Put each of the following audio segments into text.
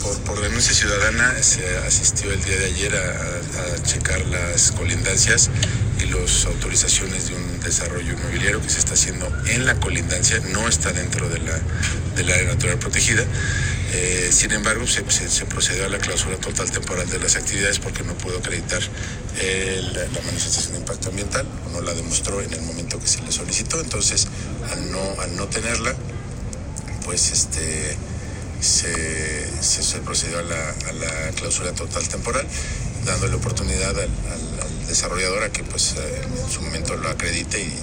Por denuncia ciudadana se asistió el día de ayer a checar las colindancias y las autorizaciones de un desarrollo inmobiliario que se está haciendo en la colindancia, no está dentro del área natural protegida. Sin embargo, se procedió a la clausura total temporal de las actividades porque no pudo acreditar la manifestación de impacto ambiental, o no la demostró en el momento que se le solicitó. Entonces, al no tenerla, pues se procedió a la clausura total temporal, dándole oportunidad al desarrollador a que pues en su momento lo acredite y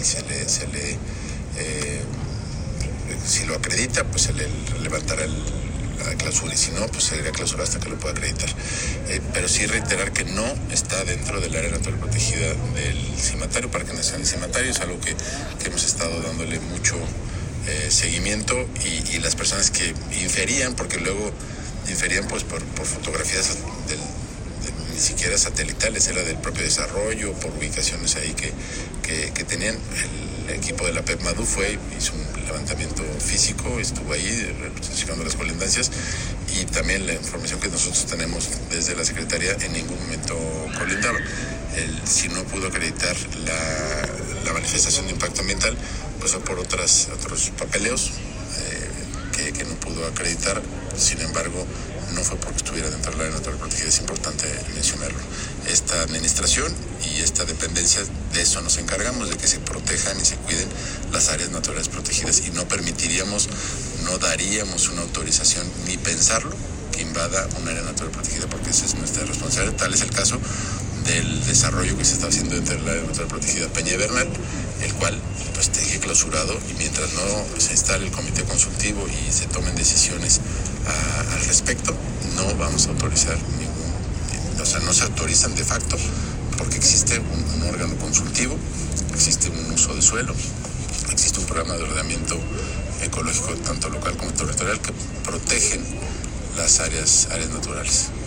si lo acredita, pues se le levantará la clausura, y si no, pues seguirá clausura hasta que lo pueda acreditar. Pero sí reiterar que no está dentro del área natural protegida del cimatario, Parque Nacional Cimatario. Es algo que hemos estado dándole mucho seguimiento, y las personas que inferían, porque luego inferían pues por fotografías ni siquiera satelitales, era del propio desarrollo, por ubicaciones ahí que tenían. El equipo de la PEPMADU hizo un levantamiento físico, estuvo ahí certificando las colindancias, y también la información que nosotros tenemos desde la Secretaría, en ningún momento colindaba. Si no pudo acreditar la manifestación de impacto ambiental, pues fue por otros papeleos que no pudo acreditar. Sin embargo, no fue porque estuviera dentro del área natural protegida. Es importante mencionarlo. Esta administración y esta dependencia, de eso nos encargamos, de que se protejan y se cuiden las áreas naturales protegidas, y no daríamos una autorización, ni pensarlo, que invada un área natural protegida, porque esa es nuestra responsabilidad. Tal es el caso del desarrollo que se está haciendo dentro del área natural protegida Peña Bernal, el cual pues sigue clausurado, y mientras no se instale el comité consultivo y se tomen decisiones al respecto, no vamos a autorizar no se autorizan de facto, porque existe un órgano consultivo, existe un uso de suelo, existe un programa de ordenamiento ecológico tanto local como territorial que protegen las áreas naturales.